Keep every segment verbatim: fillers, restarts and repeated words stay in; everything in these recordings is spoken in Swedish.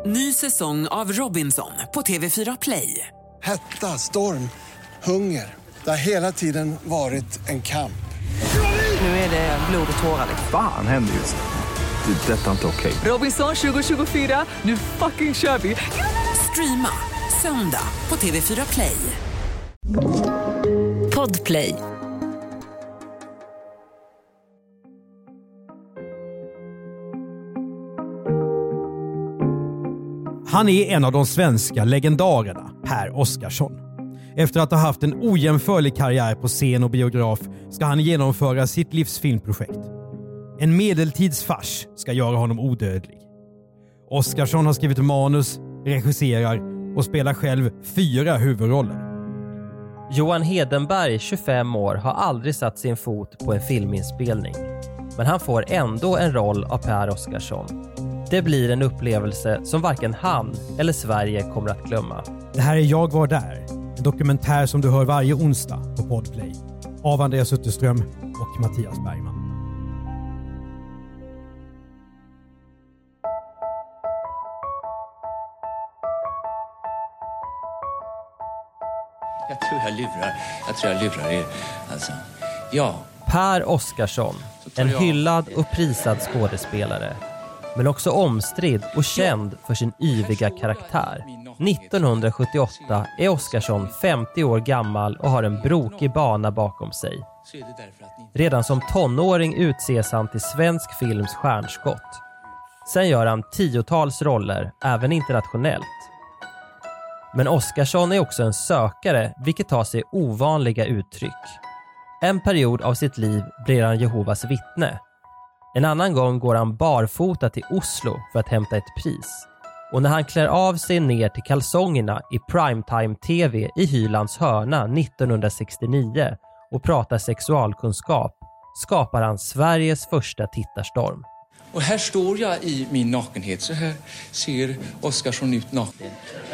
Ny säsong av Robinson på T V fyra Play. Hetta, storm, hunger. Det har hela tiden varit en kamp. Nu är det blod och tårar. Fan händer just det. Det är detta inte okej. Robinson tjugo tjugofyra, nu fucking kör vi. Streama söndag på T V fyra Play. Podplay. Han är en av de svenska legendarerna, Per Oscarsson. Efter att ha haft en ojämförlig karriär på scen och biograf ska han genomföra sitt livs filmprojekt. En medeltidsfars ska göra honom odödlig. Oscarsson har skrivit manus, regisserar och spelar själv fyra huvudroller. Johan Hedenberg, tjugofem år, har aldrig satt sin fot på en filminspelning. Men han får ändå en roll av Per Oscarsson. Det blir en upplevelse som varken han eller Sverige kommer att glömma. Det här är Jag var där. En dokumentär som du hör varje onsdag på Podplay. Av Andreas Utterström och Mattias Bergman. Jag tror jag lurar. Jag tror jag lurar er. Alltså, ja. Per Oscarsson, en hyllad och prisad skådespelare. Men också omstridd och känd för sin yviga karaktär. nittonhundrasjuttioåtta är Oscarsson femtio år gammal och har en brokig bana bakom sig. Redan som tonåring utses han till svensk films stjärnskott. Sen gör han tiotals roller, även internationellt. Men Oscarsson är också en sökare, vilket tar sig ovanliga uttryck. En period av sitt liv blir han Jehovas vittne. En annan gång går han barfota till Oslo för att hämta ett pris. Och när han klär av sig ner till kalsongerna i primetime-T V i Hylands hörna nittonhundrasextionio och pratar sexualkunskap skapar han Sveriges första tittarstorm. Och här står jag i min nakenhet. Så här ser Oscarsson ut naken.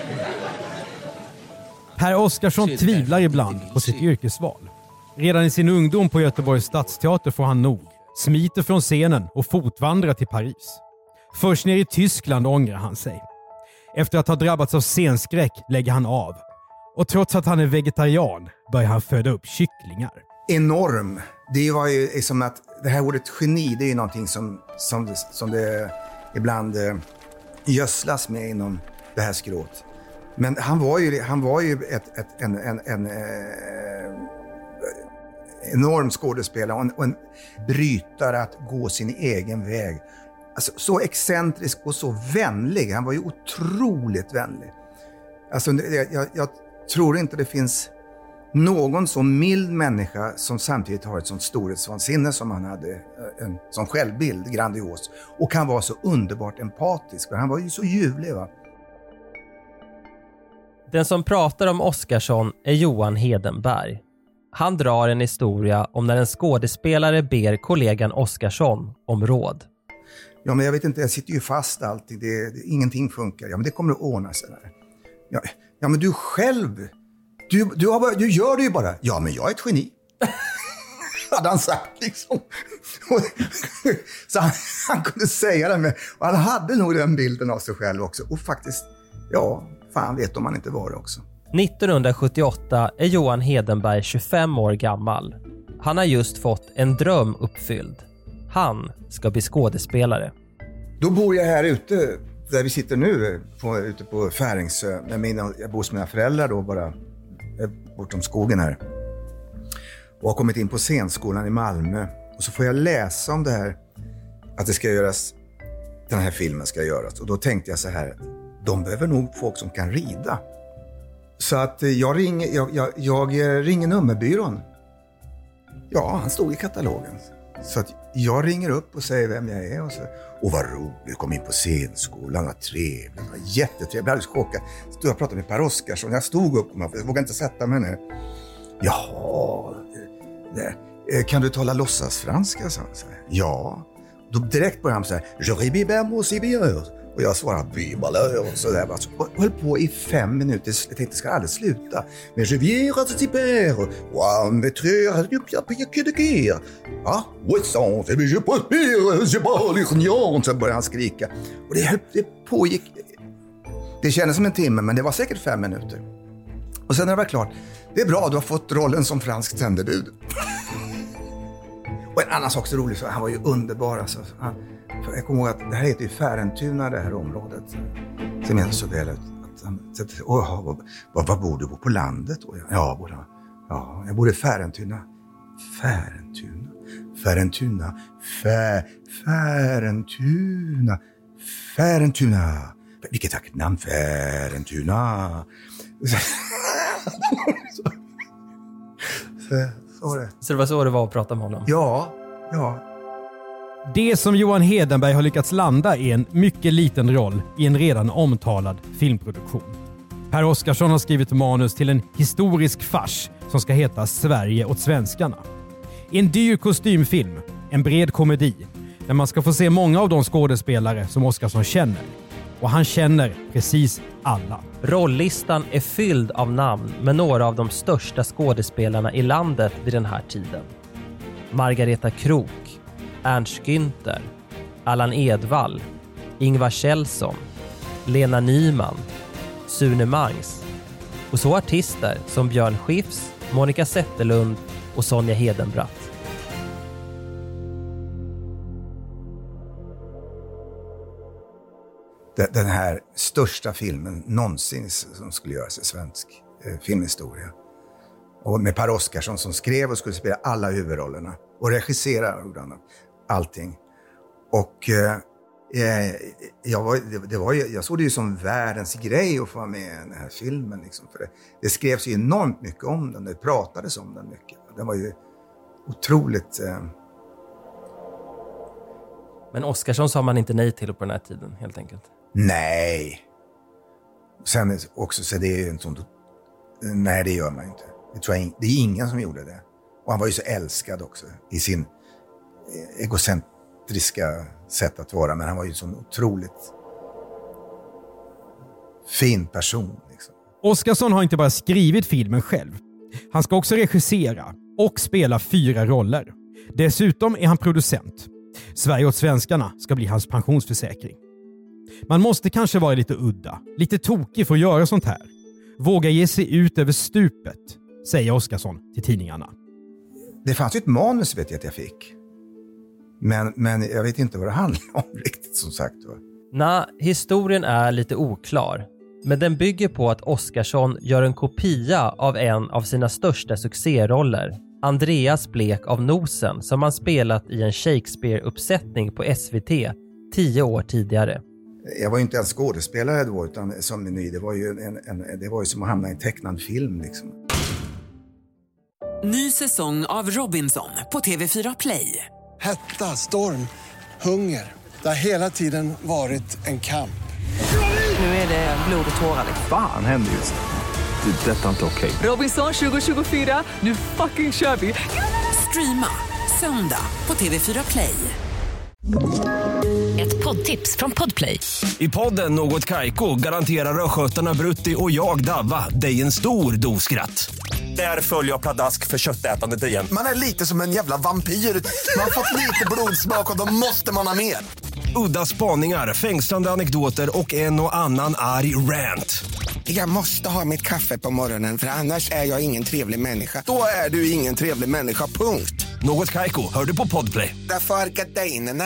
Per Oscarsson tvivlar ibland på sitt yrkesval. Redan i sin ungdom på Göteborgs stadsteater får han nog. Smiter från scenen och fotvandrar till Paris. Först ner i Tyskland ångrar han sig. Efter att ha drabbats av scenskräck lägger han av. Och trots att han är vegetarian börjar han föda upp kycklingar. Enorm. Det var ju som att det här ordet geni, det är ju någonting som, som, det, som det ibland eh, gödslas med inom det här skrået. Men han var ju, han var ju ett, ett, en, en, en eh, enorm skådespelare och en, och en brytare att gå sin egen väg. Alltså, så excentrisk och så vänlig. Han var ju otroligt vänlig. Alltså, jag, jag tror inte det finns någon så mild människa som samtidigt har ett sånt storhetsvansinne som han hade, en sån självbild, grandios, och kan vara så underbart empatisk. För han var ju så ljuvlig, va? Den som pratar om Oscarsson är Johan Hedenberg. Han drar en historia om när en skådespelare ber kollegan Oscarsson om råd. Ja, men jag vet inte, jag sitter ju fast alltid. Det, det, ingenting funkar. Ja, men det kommer att ordna sig där. Ja, ja men du själv, du, du, har bara, du gör det ju bara. Ja, men jag är ett geni. Hade han sagt liksom. Så han, han kunde säga det med. Och han hade nog den bilden av sig själv också. Och faktiskt, ja, fan vet om han inte var det också. nittonhundrasjuttioåtta är Johan Hedenberg tjugofem år gammal. Han har just fått en dröm uppfylld. Han ska bli skådespelare. Då bor jag här ute, där vi sitter nu, på, ute på Färingsö. Med mina, jag bor hos mina föräldrar då, bara bortom skogen här. Och har kommit in på scenskolan i Malmö. Och så får jag läsa om det här, att det ska göras, den här filmen ska göras. Och då tänkte jag så här, de behöver nog folk som kan rida. Så att jag ringer, jag, jag, jag ringer nummerbyrån. Ja, han stod i katalogen. Så att jag ringer upp och säger vem jag är. Och, så, och vad roligt, kom in på scenskolan, vad trevligt, vad jättetrevligt. Jag blev alldeles chockad. Så jag pratade med Per Oscarsson, jag stod upp och jag vågade inte sätta mig ner. Jaha, det, kan du tala låtsasfranska? Så, så, ja, då direkt började han så här, j'aurais bien mon bien. Och jag svarade bibalör och sådär. Och höll på i fem minuter. Jag tänkte, det ska aldrig sluta. Men je viens à ce père. Wow, mais très que de guerre. Ja, what song? Je peux pas, je pas les rien. Så började han skrika. Och det, det pågick Det kändes som en timme, men det var säkert fem minuter. Och sen när det var klart, det är bra, du har fått rollen som fransk sändebud. Och en annan sak så rolig, så han var ju underbar. Alltså. Han, jag kommer ihåg att det här heter ju Färentuna, det här området. Så jag så väl ut. Att han, så att, åh, vad, vad, vad bor du på landet? Och jag, ja, både, ja, jag bor i Färentuna. Färentuna? Färentuna? Fä, Färentuna? Färentuna? Vilket tack namn, Färentuna. så, så, var det. Så det var så det var att prata med honom? Ja, ja. Det som Johan Hedenberg har lyckats landa är en mycket liten roll i en redan omtalad filmproduktion. Per Oscarsson har skrivit manus till en historisk fars som ska heta Sverige åt svenskarna. En dyr kostymfilm, en bred komedi, där man ska få se många av de skådespelare som Oscarsson känner. Och han känner precis alla. Rolllistan är fylld av namn med några av de största skådespelarna i landet vid den här tiden. Margareta Krook, Ernst Günther, Allan Edwall, Ingvar Kjellson, Lena Nyman, Sune Mangs och så artister som Björn Skifs, Monica Zetterlund och Sonja Hedenbratt. Den här största filmen någonsin som skulle göras i svensk eh, filmhistoria. Och med Per Oscarsson som skrev och skulle spela alla huvudrollerna. Och regissera allting. Och eh, jag, var, det, det var, jag såg det ju som världens grej att få vara med i den här filmen. Liksom, för det, det skrevs ju enormt mycket om den. Det pratades om den mycket. Den var ju otroligt... Eh... Men Oscarsson sa man inte nej till på den här tiden, helt enkelt. Nej. Sen också så det är ju en sån... Nej, det gör man inte. Det, tror jag, det är ingen som gjorde det. Och han var ju så älskad också i sin egocentriska sätt att vara. Men han var ju en sån otroligt fin person. Liksom. Oscarsson har inte bara skrivit filmen själv. Han ska också regissera och spela fyra roller. Dessutom är han producent. Sverige åt svenskarna ska bli hans pensionsförsäkring. Man måste kanske vara lite udda, lite tokig för att göra sånt här. Våga ge sig ut över stupet, säger Oscarsson till tidningarna. Det fanns ju ett manus vet jag att jag fick. Men, men jag vet inte vad det handlar om riktigt som sagt. Nej, historien är lite oklar. Men den bygger på att Oscarsson gör en kopia av en av sina största succéroller. Andreas Blek av Nosen som han spelat i en Shakespeare-uppsättning på S V T tio år tidigare. Jag var ju inte ens skådespelare då utan som ny, det var ju, en, en, det var ju som att hamna i en tecknad film liksom. Ny säsong av Robinson på T V fyra Play. Hetta, storm, hunger. Det har hela tiden varit en kamp. Nu är det blod och tårar. Fan händer just det. Det är detta inte okej. Robinson tjugo tjugofyra, nu fucking kör vi. Streama söndag på T V fyra Play. Ett poddtips från Podplay. I podden Något Kaiko garanterar röskötarna Brutti och jag Davva dig en stor doskratt. Där följer jag pladask för köttätandet igen. Man är lite som en jävla vampyr. Man har fått lite blodsmak och då måste man ha mer. Udda spaningar, fängslande anekdoter och en och annan arg rant. Jag måste ha mitt kaffe på morgonen för annars är jag ingen trevlig människa. Då är du ingen trevlig människa, punkt. Något Kaiko, hör du på Podplay. Därför är gardinerna.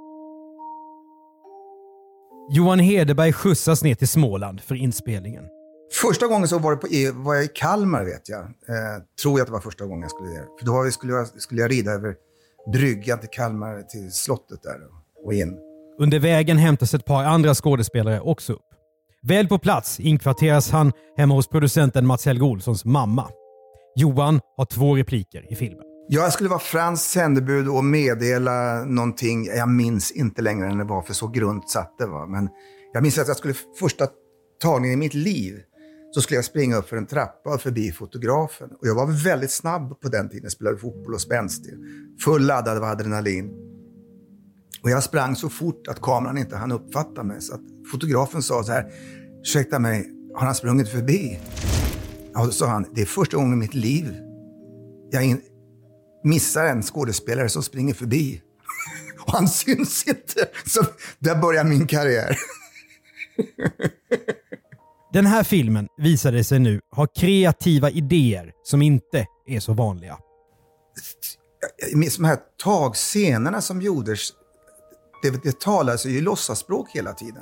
Johan Hedenberg skjutsas ner till Småland för inspelningen. Första gången så var, det på, var jag i Kalmar vet jag. Eh, tror jag att det var första gången jag skulle göra. För då var vi, skulle, jag, skulle jag rida över bryggan till Kalmar till slottet där och in. Under vägen hämtas ett par andra skådespelare också upp. Väl på plats inkvarteras han hemma hos producenten Mats Helge Olssons mamma. Johan har två repliker i filmen. Jag skulle vara fransk sändebud och meddela någonting. Jag minns inte längre än det var för så grunt satt det var. Men jag minns att jag skulle första tagningen i mitt liv så skulle jag springa upp för en trappa och förbi fotografen. Och jag var väldigt snabb på den tiden. Jag spelade fotboll och spänst. Fulladdad av adrenalin. Och jag sprang så fort att kameran inte hann uppfatta mig. Så att fotografen sa så här: ursäkta mig, har han sprungit förbi? Ja, då sa han, det är första gången i mitt liv jag in- missar en skådespelare som springer förbi. Och han syns inte. Så där börjar min karriär. Den här filmen visade sig nu ha kreativa idéer som inte är så vanliga. Med de här tagscenerna som gjordes, det, det talades ju i låtsaspråk hela tiden.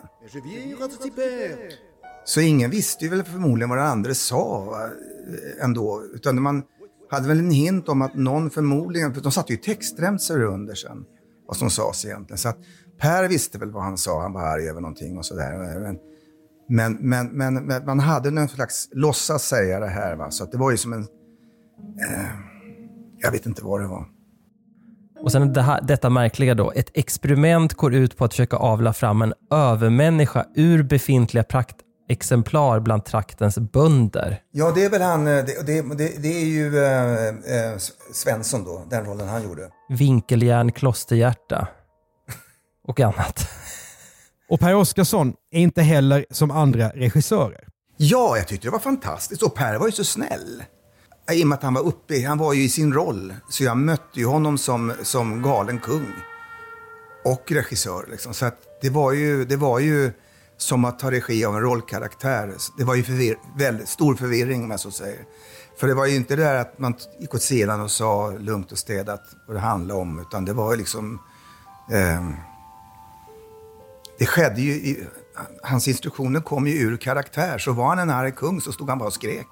Så ingen visste ju väl förmodligen vad den andra sa ändå. Utan man hade väl en hint om att någon förmodligen, för de satt ju textremsor under sen, vad som sades egentligen. Så att Per visste väl vad han sa, han var arg över någonting och sådär. Men, men, men, men, men man hade någon slags låtsas säga det här, va? Så att det var ju som en... Eh, jag vet inte vad det var. Och sen det här, detta märkliga då. Ett experiment går ut på att försöka avla fram en övermänniska ur befintliga praktexemplar bland traktens bönder. Ja, det är väl han, det, det, det, det är ju äh, äh, Svensson då, den rollen han gjorde. Vinkeljärn, klosterhjärta och annat. Och Per Oscarsson är inte heller som andra regissörer. Ja, jag tyckte det var fantastiskt. Och Per var ju så snäll. I och med att han var uppe, han var ju i sin roll. Så jag mötte ju honom som, som galen kung. Och regissör liksom. Så att det var ju, det var ju som att ta regi av en rollkaraktär. Det var ju förvir- väldigt stor förvirring, om jag så säger. För det var ju inte det där att man gick åt sidan och sa lugnt och städat vad det handlade om. Utan det var ju liksom... Eh, det skedde ju... I, hans instruktioner kom ju ur karaktär. Så var han en arg kung så stod han bara och skrek.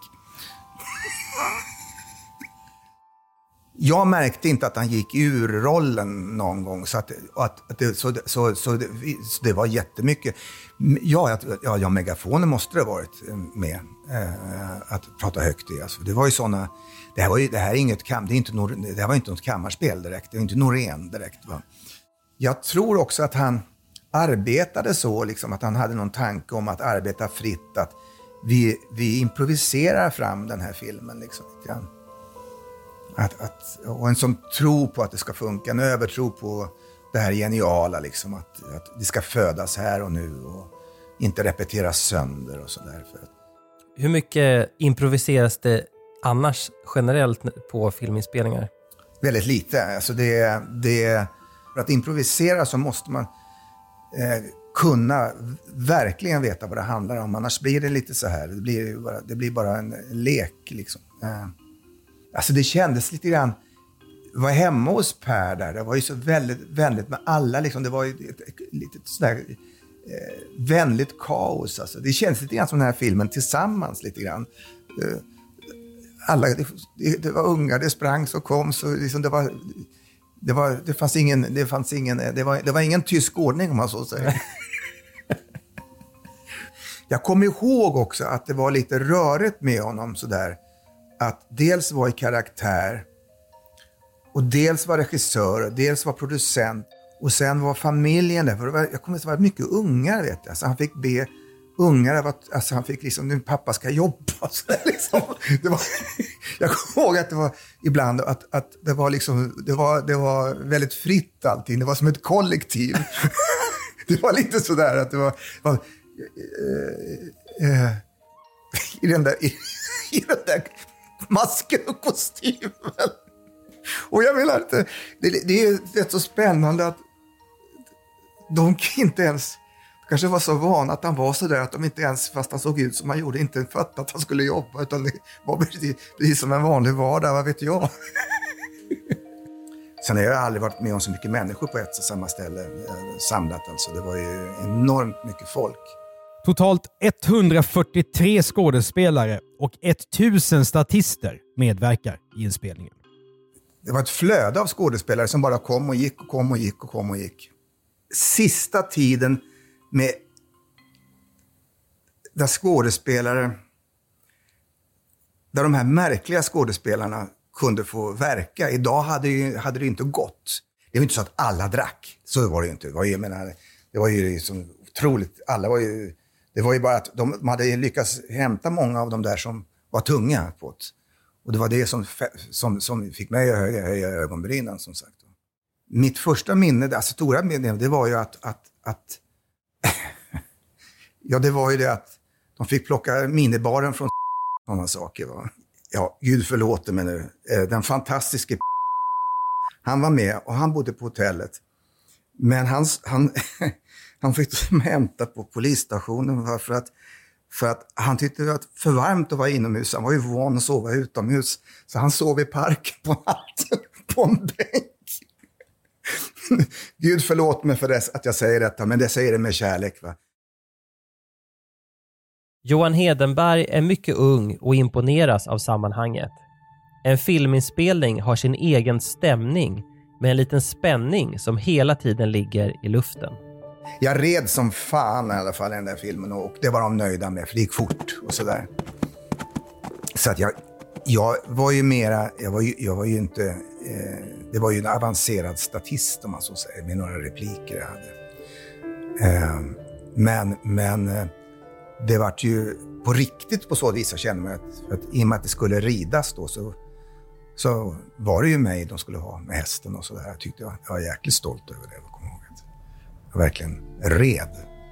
Jag märkte inte att han gick ur rollen någon gång. Så, att, att, att det, så, så, så, det, så det var jättemycket. Ja, ja, ja, megafonen måste det ha varit med. Eh, att prata högt i. Alltså. Det var ju såna... Det här, var ju, det här är inget kam, det, är inte nor, det här var inte något kammarspel direkt. Det var inte Norén direkt. Va? Jag tror också att han arbetade så. Liksom, att han hade någon tanke om att arbeta fritt. Att vi, vi improviserar fram den här filmen. Liksom, lite grann. Att, att, och en sån tro på att det ska funka, en övertro på det här geniala liksom, att, att det ska födas här och nu och inte repeteras sönder och sådär. Hur mycket improviseras det annars generellt på filminspelningar? Väldigt lite. Alltså det, det, för att improvisera så måste man eh, kunna verkligen veta vad det handlar om, annars blir det lite så här. Det blir bara, det blir bara en, en lek liksom. Eh. Alltså det kändes lite grann, var hemma hos Per där, det var ju så väldigt vänligt med alla liksom, det var ju ett, ett, ett litet sådär eh, vänligt kaos alltså. Det känns lite grann som den här filmen tillsammans lite grann. Eh, alla, det, det var unga, det sprang så kom så liksom det var, det var, det fanns ingen, det fanns ingen, det var, det var ingen tysk ordning om man så säger. Jag kommer ihåg också att det var lite rörigt med honom sådär. Att dels var i karaktär och dels var regissör och dels var producent och sen var familjen där. För det var, jag kommer ihåg att det var mycket ungar, vet jag. Alltså han fick be ungar, att, alltså han fick liksom, din pappa ska jobba. Så där, liksom. Det var, jag kommer ihåg att det var ibland att, att det var liksom, det var, det var väldigt fritt allting. Det var som ett kollektiv. Det var lite sådär att det var, var äh, äh, i den där, i, i den där masken och kostymen. Och jag menar inte, det, det är rätt så spännande att de inte ens, kanske var så vana att han var så där att de inte ens, fast han såg ut som han gjorde, inte fattade att han skulle jobba, utan det var precis, precis som en vanlig vardag, vad vet jag. Sen har jag aldrig varit med om så mycket människor på ett och samma ställe samlat alltså. Det var ju enormt mycket folk. Totalt etthundrafyrtiotre skådespelare och tusen statister medverkar i inspelningen. Det var ett flöde av skådespelare som bara kom och gick och kom och gick och kom och gick. Sista tiden med där skådespelare, där de här märkliga skådespelarna kunde få verka. Idag hade, ju, hade det inte gått. Det var inte så att alla drack. Så var det ju inte. Det var ju, jag menar, det var ju liksom otroligt. Alla var ju... Det var ju bara att de, de hade lyckats hämta många av de där som var tunga på det. Och det var det som, som, som fick mig att höja, höja ögonbrynen, som sagt. Mitt första minne, alltså stora minne, det var ju att... att, att ja, det var ju det att de fick plocka minibaren från sådana saker. Va? Ja, Gud förlåter mig nu. Den fantastiska han var med och han bodde på hotellet. Men han... han Han fick hämta på polisstationen för att För att han tyckte det var för varmt att vara inomhus. Han var ju van att sova utomhus. Så han sov i parken på natten på en bänk. Gud förlåt mig för det, att jag säger detta, men det säger det med kärlek, va? Johan Hedenberg är mycket ung och imponeras av sammanhanget. En filminspelning har sin egen stämning med en liten spänning som hela tiden ligger i luften. Jag red som fan i alla fall i den där filmen och det var de nöjda med, för det gick fort och sådär. Så att jag, jag var ju mera, jag var ju, jag var ju inte, eh, det var ju en avancerad statist om man så säger, med några repliker jag hade. Eh, men, men eh, det var ju på riktigt på så vis jag kände mig att, att i och med att det skulle ridas då så, så var det ju mig de skulle ha med hästen och sådär. Jag tyckte jag, jag var jäkligt stolt över det. Jag verkligen red.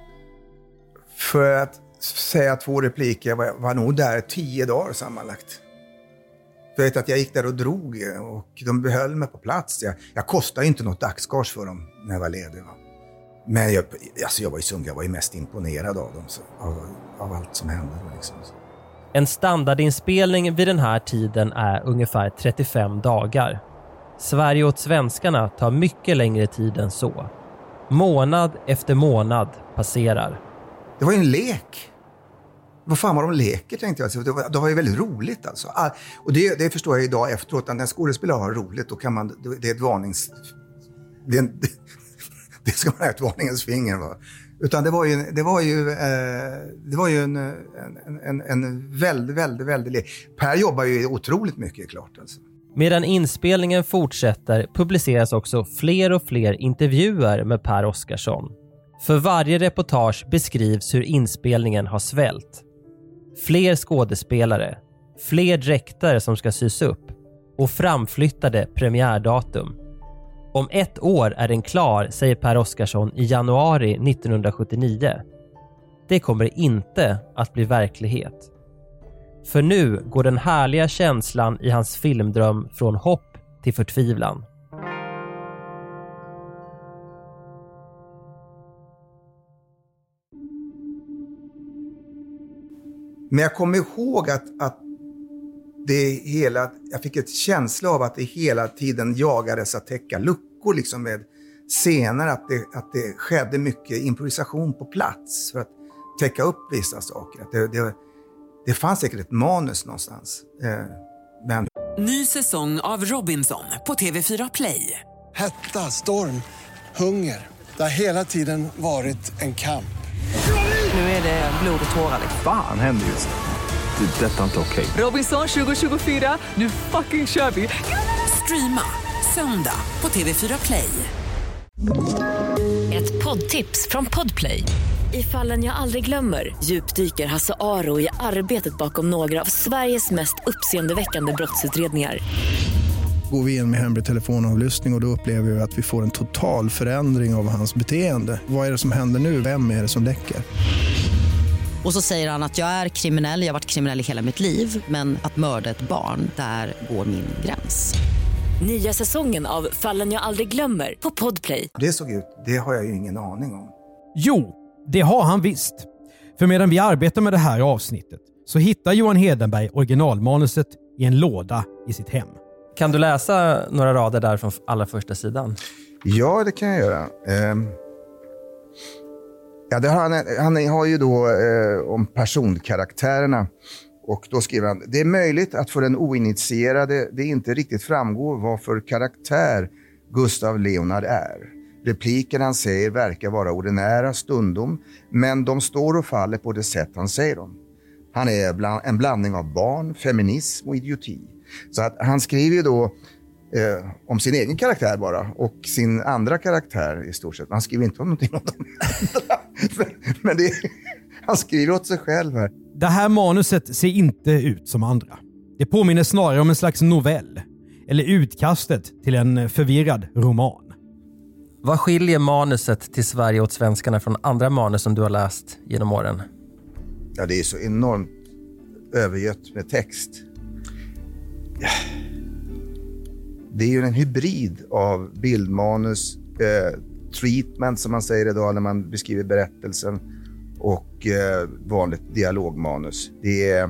För att säga två repliker, jag var, var nog där tio dagar sammanlagt. Jag vet att jag gick där och drog och de behöll mig på plats. Jag, jag kostade inte något dagsgage för dem när jag var ledig. Va? Men jag, alltså jag var ju sund, jag var ju mest imponerad av dem, så, av, av allt som hände. Liksom. En standardinspelning vid den här tiden är ungefär trettiofem dagar. Sverige åt svenskarna tar mycket längre tid än så. Månad efter månad passerar. Det var ju en lek. Vad fan var de leker, tänkte jag. Det var, det var ju väldigt roligt alltså. Och det, det förstår jag idag efteråt. När skådespelare har roligt, då kan man, det är ett varnings... Det, är en, det ska man ha ett varningens finger, va? Utan det var ju, det var ju, eh, det var ju en, en, en, en väldigt, väldigt, väldigt lek. Per jobbar ju otroligt mycket, klart alltså. Medan inspelningen fortsätter publiceras också fler och fler intervjuer med Per Oscarsson. För varje reportage beskrivs hur inspelningen har svällt. Fler skådespelare, fler dräkter som ska sys upp och framflyttade premiärdatum. Om ett år är den klar, säger Per Oscarsson i januari nittonhundrasjuttionio. Det kommer inte att bli verklighet. För nu går den härliga känslan i hans filmdröm från hopp till förtvivlan. Men jag kommer ihåg att, att det hela, jag fick ett känsla av att det hela tiden jagades att täcka luckor liksom med scener, att det, att det skedde mycket improvisation på plats för att täcka upp vissa saker. Att det, det, det fanns säkert ett manus någonstans. Eh, men... Ny säsong av Robinson på T V fyra Play. Hetta, storm, hunger. Det har hela tiden varit en kamp. Nu är det blod och tårar. Fan händer just det. Det är detta inte okej. Robinson tjugo tjugofyra, nu fucking kör vi. Streama söndag på T V fyra Play. Ett poddtips från Podplay. I Fallen jag aldrig glömmer djupdyker Hasse Aro i arbetet bakom några av Sveriges mest uppseendeväckande brottsutredningar. Går vi in med hemlig telefonavlyssning och, och då upplever vi att vi får en total förändring av hans beteende. Vad är det som händer nu? Vem är det som läcker? Och så säger han att jag är kriminell, jag har varit kriminell i hela mitt liv, men att mörda ett barn, där går min gräns. Nya säsongen av Fallen jag aldrig glömmer på Podplay. Det såg ut, det har jag ju ingen aning om. Jo, det har han visst. För medan vi arbetar med det här avsnittet så hittar Johan Hedenberg originalmanuset i en låda i sitt hem. Kan du läsa några rader där från allra första sidan? Ja, det kan jag göra. Um... Ja, det har han, han har ju då eh, om personkaraktärerna, och då skriver han: det är möjligt att för den oinitierade det inte riktigt framgår vad för karaktär Gustav Leonard är. Repliken han säger verkar vara ordinära stundom, men de står och faller på det sätt han säger dem. Han är bland, en blandning av barn, feminism och idioti. Så att han skriver ju då Eh, om sin egen karaktär bara, och sin andra karaktär i stort sett. Han skriver inte om någonting om de andra. Men det, han skriver åt sig själv här. Det här manuset ser inte ut som andra. Det påminner snarare om en slags novell. Eller utkastet till en förvirrad roman. Vad skiljer manuset till Sverige åt svenskarna från andra manus som du har läst genom åren? Ja, det är så enormt övergött med text. Ja. Det är ju en hybrid av bildmanus, eh, treatment som man säger idag när man beskriver berättelsen, och eh, vanligt dialogmanus. Det är,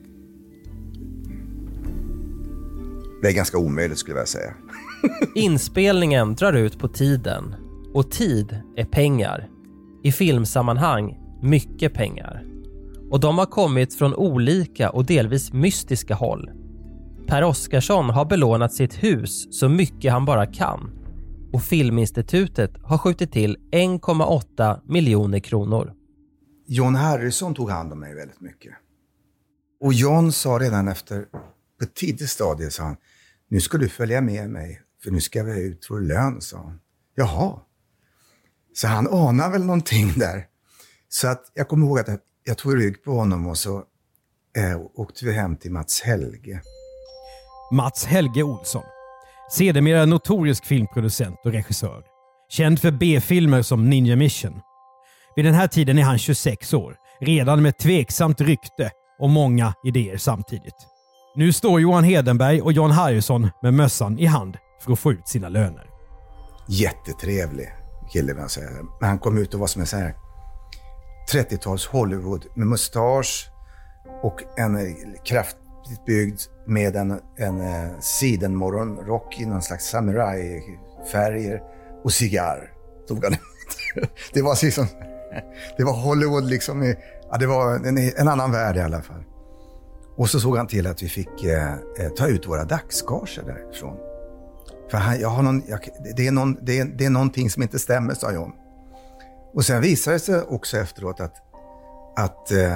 det är ganska omöjligt skulle jag säga. Inspelningen drar ut på tiden och tid är pengar. I filmsammanhang mycket pengar. Och de har kommit från olika och delvis mystiska håll. Per Oscarsson har belånat sitt hus så mycket han bara kan. Och Filminstitutet har skjutit till en komma åtta miljoner kronor. John Harrison tog hand om mig väldigt mycket. Och John sa redan efter, på ett tidigt stadie sa han, nu ska du följa med mig för nu ska vi ut för lön, sa han. Jaha. Så han anar väl någonting där. Så att jag kommer ihåg att jag, jag tog rygg på honom och så eh, åkte vi hem till Mats Helge. Mats Helge Olsson. Sedermera notorisk filmproducent och regissör. Känd för B-filmer som Ninja Mission. Vid den här tiden är han tjugosex år. Redan med tveksamt rykte och många idéer samtidigt. Nu står Johan Hedenberg och John Harrison med mössan i hand för att få ut sina löner. Jättetrevlig kille, vill jag säga. Men han kom ut och var som en så här trettio-tals Hollywood med mustasch och en kraftigt byggd med en, en uh, sidenmorgonrock i någon slags samurai-färger och cigarr. Tog han det var liksom, det var Hollywood liksom. Ja, det var en, en annan värld i alla fall. Och så såg han till att vi fick eh, ta ut våra dagsgager därifrån. För han, jag har någon, jag, det, är någon, det, är, det är någonting som inte stämmer, sa John. Och sen visade det sig också efteråt att, att eh,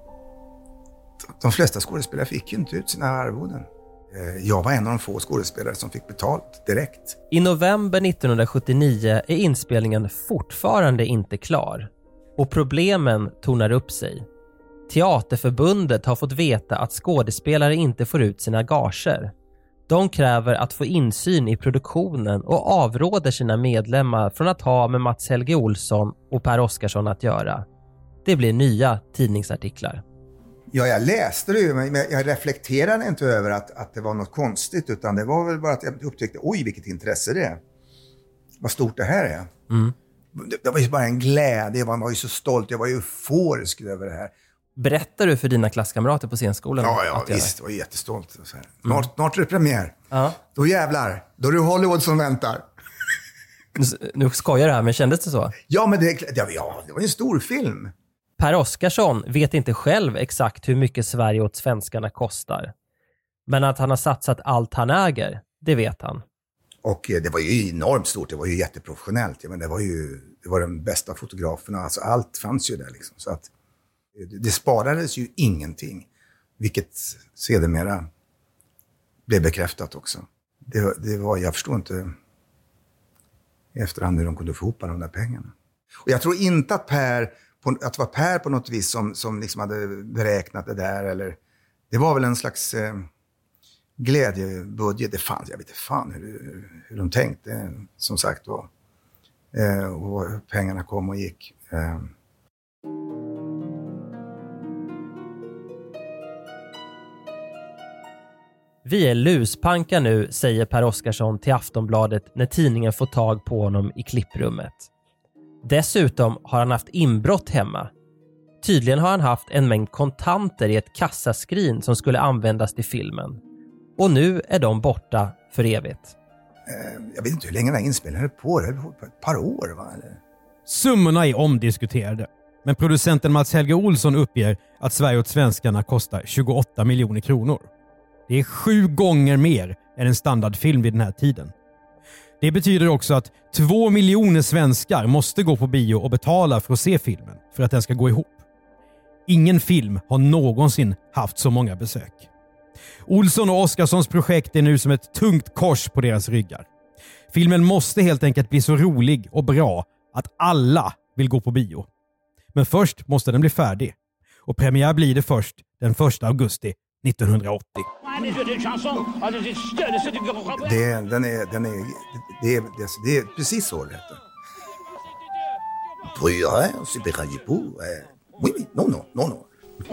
de flesta skådespelare fick ju inte ut sina arvoden. Eh, jag var en av de få skådespelare som fick betalt direkt. I november nittonhundrasjuttionio är inspelningen fortfarande inte klar. Och problemen tornar upp sig. Teaterförbundet har fått veta att skådespelare inte får ut sina gager. De kräver att få insyn i produktionen och avråder sina medlemmar från att ha med Mats Helge Olsson och Per Oscarsson att göra. Det blir nya tidningsartiklar. Ja, jag läste det ju, men jag reflekterade inte över att, att det var något konstigt, utan det var väl bara att jag upptäckte, oj vilket intresse det är. Vad stort det här är. Mm. Det, det var ju bara en glädje, jag var ju så stolt, jag var ju euforisk över det här. Berättar du för dina klasskamrater på scenskolan? Ja, ja visst, jag var jättestolt. Så här. Mm. Snart, snart är det premiär. Ja. Då jävlar, då är det Hollywood som väntar. Nu, nu skojar det här, men kändes det så? Ja, men det, ja, ja, det var en stor film. Per Oscarsson vet inte själv exakt hur mycket Sverige åt svenskarna kostar. Men att han har satsat allt han äger, det vet han. Och det var ju enormt stort, det var ju jätteprofessionellt. Ja, men det var ju det var de bästa fotograferna, alltså allt fanns ju där liksom. Så att det sparades ju ingenting, vilket sedermera blev bekräftat också. Det, det var, jag förstår inte i efterhand hur de kunde få ihop de där pengarna. Och jag tror inte att Per, på, att det var Per på något vis som, som liksom hade beräknat det där. Eller, det var väl en slags eh, glädjebudget. Det fanns, jag vet inte fan hur, hur de tänkte, som sagt var. Eh, och pengarna kom och gick. Eh. Vi är luspanka nu, säger Per Oscarsson till Aftonbladet när tidningen får tag på honom i klipprummet. Dessutom har han haft inbrott hemma. Tydligen har han haft en mängd kontanter i ett kassaskrin som skulle användas till filmen. Och nu är de borta för evigt. Jag vet inte hur länge den här inspelningen höll på. Det höll på ett par år, va? Eller? Summorna är omdiskuterade. Men producenten Mats Helge Olsson uppger att Sverige åt svenskarna kostar tjugoåtta miljoner kronor. Det är sju gånger mer än en standardfilm vid den här tiden. Det betyder också att två miljoner svenskar måste gå på bio och betala för att se filmen för att den ska gå ihop. Ingen film har någonsin haft så många besök. Olsson och Oscarssons projekt är nu som ett tungt kors på deras ryggar. Filmen måste helt enkelt bli så rolig och bra att alla vill gå på bio. Men först måste den bli färdig. Och premiär blir det först den första augusti nittonhundraåttio. Det, den är, den är, det, är, det är precis så det heter. Oui, no, no, no, no.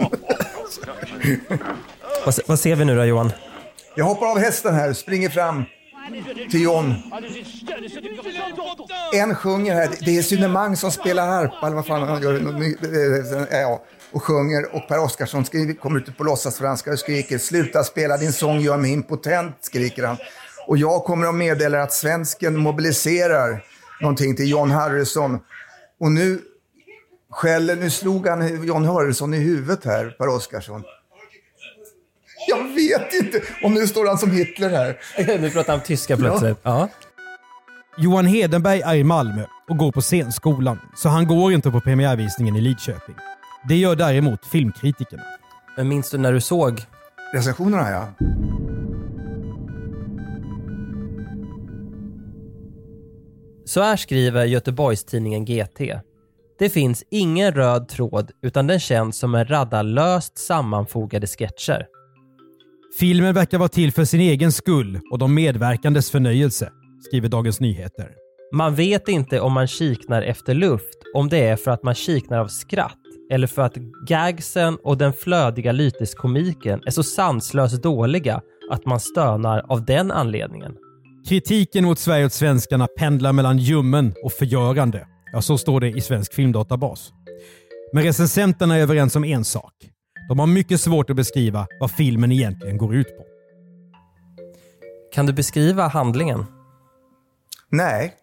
vad, vad ser vi nu då, Johan? Jag hoppar av hästen här, springer fram till John En sjunger här, det är Synemang som spelar harpa eller vad fan han gör, ja, och sjunger, och Per Oscarsson skriver, kommer ut på låtsasfranska och skriker sluta spela din sång, gör mig impotent, skriker han. Och jag kommer att meddela att svensken mobiliserar någonting till John Harrison. Och nu skäller, nu slog han John Harrison i huvudet här, Per Oscarsson. Jag vet inte. Och nu står han som Hitler här. Nu pratar han tyska plötsligt. Ja. Ja. Johan Hedenberg är i Malmö och går på scenskolan, så han går inte på premiärvisningen i Lidköping. Det gör däremot filmkritikerna. Men minns du när du såg recensionerna, ja? Så här skriver Göteborgstidningen G T. Det finns ingen röd tråd, utan den känns som en radda löst sammanfogade sketcher. Filmen verkar vara till för sin egen skull och de medverkandes förnöjelse, skriver Dagens Nyheter. Man vet inte om man kiknar efter luft, om det är för att man kiknar av skratt eller för att gagsen och den flödiga lyteskomiken är så sanslöst dåliga att man stönar av den anledningen. Kritiken mot Sverige och svenskarna pendlar mellan ljummen och förgörande. Ja, så står det i Svensk Filmdatabas. Men recensenterna är överens om en sak. De har mycket svårt att beskriva vad filmen egentligen går ut på. Kan du beskriva handlingen? Nej.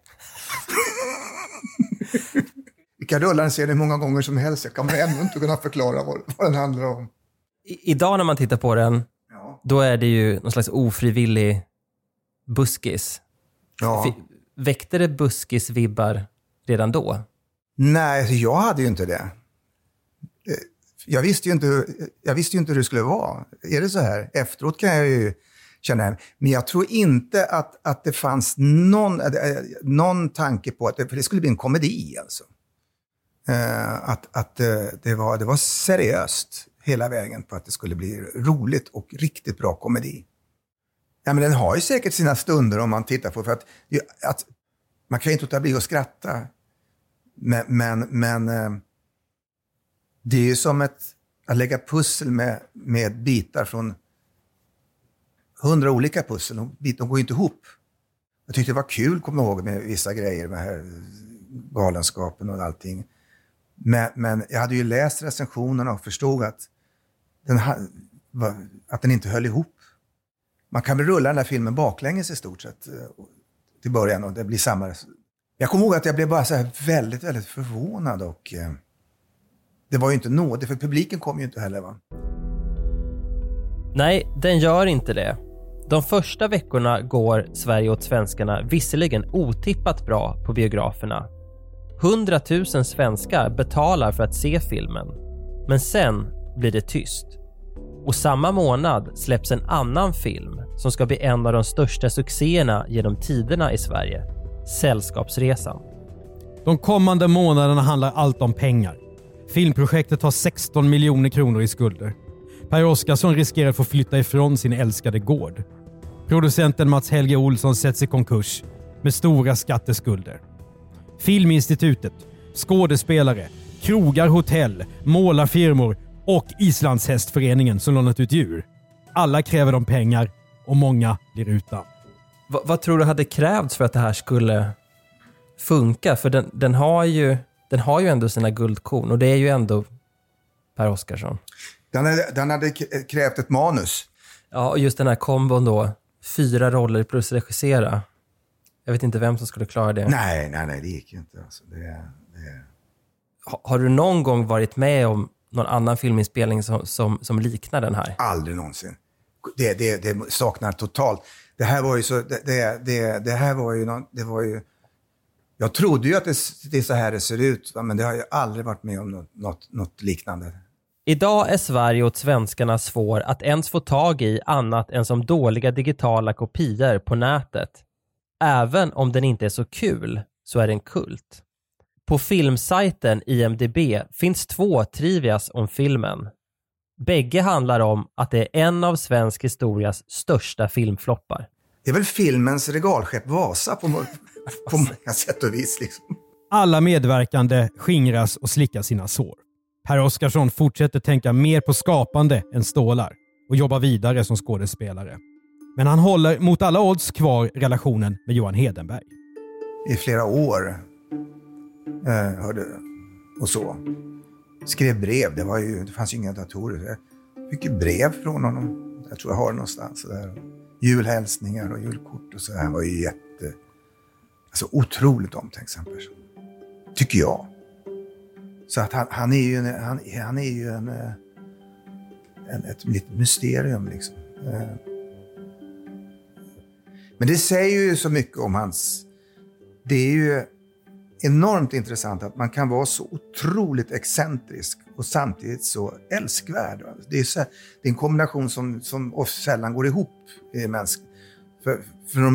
Vi kan rulla den serien många gånger som helst. Jag kommer ändå inte kunna förklara vad, vad den handlar om. I, idag när man tittar på den, ja. Då är det ju någon slags ofrivillig buskis. Ja. F- väckte det buskis-vibbar redan då? Nej, jag hade ju inte det. Jag visste ju inte, jag visste ju inte hur det skulle vara. Är det så här? Efteråt kan jag ju känna. Men jag tror inte att, att det fanns någon, någon tanke på att det, för det skulle bli en komedi alltså. Uh, att att uh, det, var, det var seriöst hela vägen på att det skulle bli roligt och riktigt bra komedi. Ja, men den har ju säkert sina stunder om man tittar på, för att, att man kan ju inte låta bli att skratta. Men, men, men uh, det är ju som ett, att lägga pussel med, med bitar från hundra olika pussel. Och de går ju inte ihop. Jag tyckte det var kul, kommer jag ihåg, med vissa grejer, med här galenskapen och allting. Men, men jag hade ju läst recensionerna och förstod att den, att den inte höll ihop. Man kan väl rulla den där filmen baklänges i stort sett till början och det blir samma. Jag kommer ihåg att jag blev bara så här väldigt, väldigt förvånad och eh, det var ju inte nådigt, för publiken kom ju inte heller, va? Nej, den gör inte det. De första veckorna går Sverige och svenskarna visserligen otippat bra på biograferna. hundratusen svenskar betalar för att se filmen. Men sen blir det tyst. Och samma månad släpps en annan film som ska bli en av de största succéerna genom tiderna i Sverige. Sällskapsresan. De kommande månaderna handlar allt om pengar. Filmprojektet har sexton miljoner kronor i skulder. Per Oscarsson riskerar att få flytta ifrån sin älskade gård. Producenten Mats Helge Olsson sätts i konkurs med stora skatteskulder. Filminstitutet, skådespelare, krogar, hotell, målarfirmor och Islandshästföreningen som lånat ut djur. Alla kräver de pengar och många blir utan. V- vad tror du hade krävts för att det här skulle funka? För den, den, har ju, den har ju ändå sina guldkorn och det är ju ändå Per Oscarsson. Den hade, den hade krävt ett manus. Ja, och just den här kombon då. Fyra roller plus regissera. Jag vet inte vem som skulle klara det. Nej, nej, nej, det gick ju inte. Alltså, det, det... Ha, har du någon gång varit med om någon annan filminspelning som, som, som liknar den här? Aldrig någonsin. Det, det, det saknar totalt. Det här var ju så... Det, det, det, det här var ju... Någon, det var ju jag trodde ju att det, det är så här det ser ut. Men det har ju aldrig varit med om något, något, något liknande. Idag är Sverige och svenskarna svår att ens få tag i annat än som dåliga digitala kopior på nätet. Även om den inte är så kul så är den kult. På filmsajten I M D B finns två trivias om filmen. Bägge handlar om att det är en av svensk historias största filmfloppar. Det är väl filmens regalskepp Vasa på, på många sätt och vis. Liksom. Alla medverkande skingras och slickar sina sår. Per Oscarsson fortsätter tänka mer på skapande än stålar och jobbar vidare som skådespelare. Men han håller mot alla odds kvar relationen med Johan Hedenberg. i flera år. Eh, hörde, och så. Skrev brev, det, var ju, det fanns ju inga datorer. Jag fick ju brev från honom. Jag tror jag har det någonstans. Där. Julhälsningar och julkort och så. Han var ju jätte... Alltså otroligt omtänksam person. Tycker jag. Så att han, han är ju en, han, han är ju en, en, ett litet mysterium liksom. Men det säger ju så mycket om hans... Det är ju enormt intressant att man kan vara så otroligt excentrisk och samtidigt så älskvärd. Det är, så, det är en kombination som, som oss sällan går ihop i mänskligt. För, för de,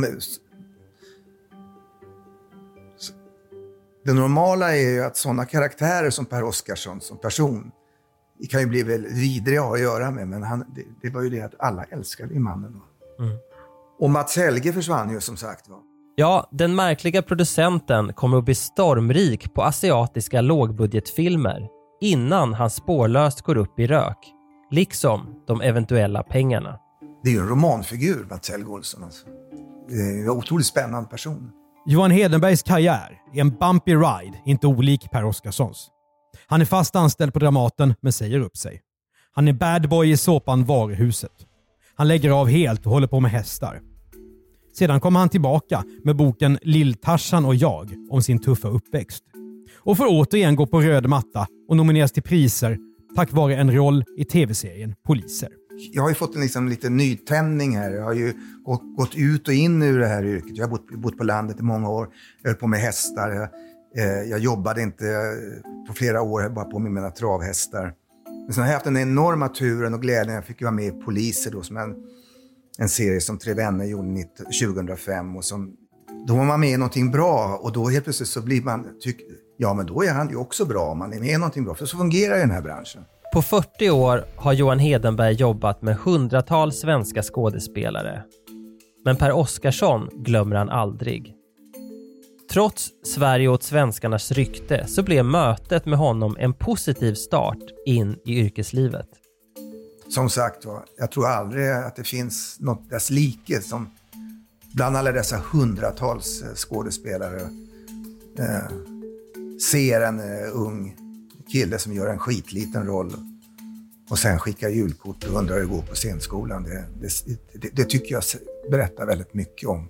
det normala är ju att sådana karaktärer som Per Oscarsson som person kan ju bli väl vidriga att göra med, men han, det, det var ju det att alla älskade i mannen. Mm. Och Mats Helge försvann ju som sagt va. Ja, den märkliga producenten kommer att bli stormrik på asiatiska lågbudgetfilmer innan han spårlöst går upp i rök, liksom de eventuella pengarna. Det är ju en romanfigur, Mats Helge Olsson. Alltså. Det är en otroligt spännande person. Johan Hedenbergs karriär är en bumpy ride, inte olik Per Oscarssons. Han är fast anställd på Dramaten men säger upp sig. Han är bad boy i såpan Varuhuset. Han lägger av helt och håller på med hästar. Sedan kommer han tillbaka med boken Lill-Tarzan och jag om sin tuffa uppväxt. Och får återigen gå på röd matta och nomineras till priser tack vare en roll i tv-serien Poliser. Jag har ju fått en liksom lite nytändning här. Jag har ju gått, gått ut och in ur det här yrket. Jag har bott, bott på landet i många år. Jag höll på med hästar. Jag, eh, jag jobbade inte på flera år bara på med mina travhästar. Men sen har jag haft den enorma turen och glädjen. Jag fick ju vara med i Poliser då som en, en serie som Tre vänner gjorde tjugohundrafem. Och som, då var man med i någonting bra och då helt plötsligt så blir man... Tyck, ja men då är han ju också bra om man är med i någonting bra. För så fungerar ju den här branschen. På fyrtio år har Johan Hedenberg jobbat med hundratals svenska skådespelare. Men Per Oscarsson glömmer han aldrig. Trots Sverige åt svenskarnas rykte så blev mötet med honom en positiv start in i yrkeslivet. Som sagt, jag tror aldrig att det finns något dess like som bland alla dessa hundratals skådespelare eh, ser en eh, ung kille som gör en skitliten roll och sen skickar julkort och undrar hur det går på scenskolan. Det, det, det, det tycker jag berättar väldigt mycket om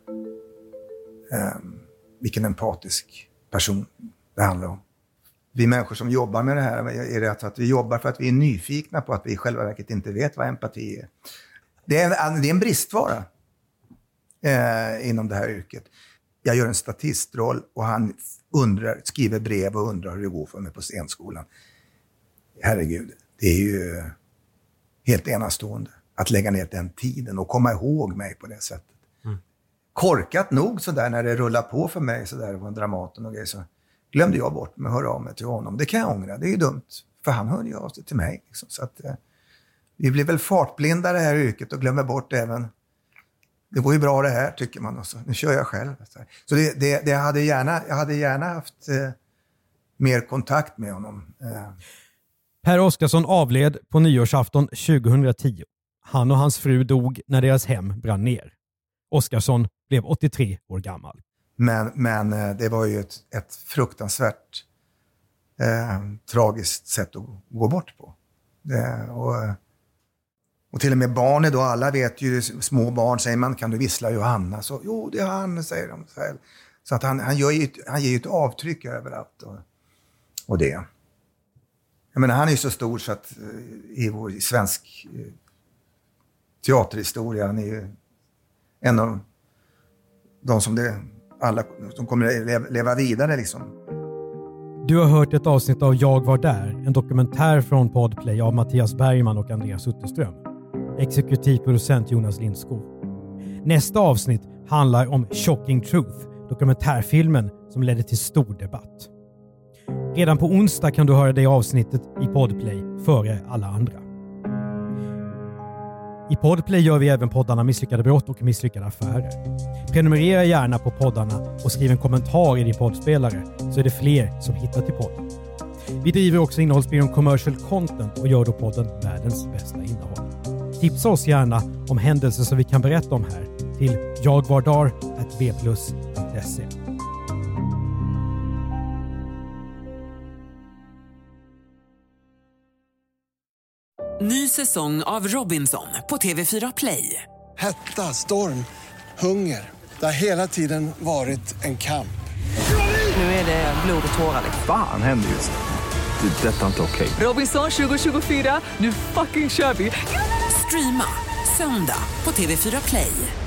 eh, vilken empatisk person det handlar om. Vi människor som jobbar med det här är det att vi jobbar för att vi är nyfikna på att vi i själva verket inte vet vad empati är. Det är en, det är en bristvara eh, inom det här yrket. Jag gör en statistroll och han undrar, skriver brev och undrar hur det går för mig på scenskolan. Herregud, det är ju helt enastående att lägga ner den tiden och komma ihåg mig på det sättet. Mm. Korkat nog sådär när det rullar på för mig sådär på Dramaten och grejer så glömde jag bort med att höra av mig till honom. Det kan jag ångra, det är ju dumt. För han hörde ju av sig till mig. Liksom. Så att, eh, vi blir väl fartblinda det här yrket och glömmer bort även... Det går ju bra det här tycker man också. Nu kör jag själv. Så det, det, det hade gärna, jag hade gärna haft eh, mer kontakt med honom. Eh. Per Oscarsson avled på nyårsafton tjugohundratio. Han och hans fru dog när deras hem brann ner. Oscarsson blev åttiotre år gammal. Men, men det var ju ett, ett fruktansvärt eh, tragiskt sätt att gå bort på. Det, och, och till och med barn idag, alla vet ju, små barn säger man, kan du vissla Johanna? Så, jo, det är han, säger de. Så att han, han, gör ju, han ger ju ett avtryck överallt. Och, och det. Jag menar, han är ju så stor så att i vår svensk eh, teaterhistoria, han är ju en av de som det... alla som kommer leva vidare liksom. Du har hört ett avsnitt av Jag var där, en dokumentär från Podplay av Mattias Bergman och Andreas Utterström. Exekutiv producent Jonas Lindskov. Nästa avsnitt handlar om Shocking Truth, dokumentärfilmen som ledde till stor debatt. Redan på onsdag kan du höra det avsnittet i Podplay före alla andra. I Podplay gör vi även poddarna Misslyckade brott och Misslyckade affärer. Prenumerera gärna på poddarna och skriv en kommentar i din poddspelare så är det fler som hittar till podden. Vi driver också innehållsbyrån Commercial Content och gör då podden världens bästa innehåll. Tipsa oss gärna om händelser som vi kan berätta om här till jagvardar snabel-a v plus punkt se. Ny säsong av Robinson på T V fyra Play. Hetta, storm, hunger. Det har hela tiden varit en kamp. Nu är det blod och tårar. Fan händer just det. Det är detta inte okej. Robinson tjugo tjugofyra, nu fucking kör vi. Streama söndag på T V fyra Play.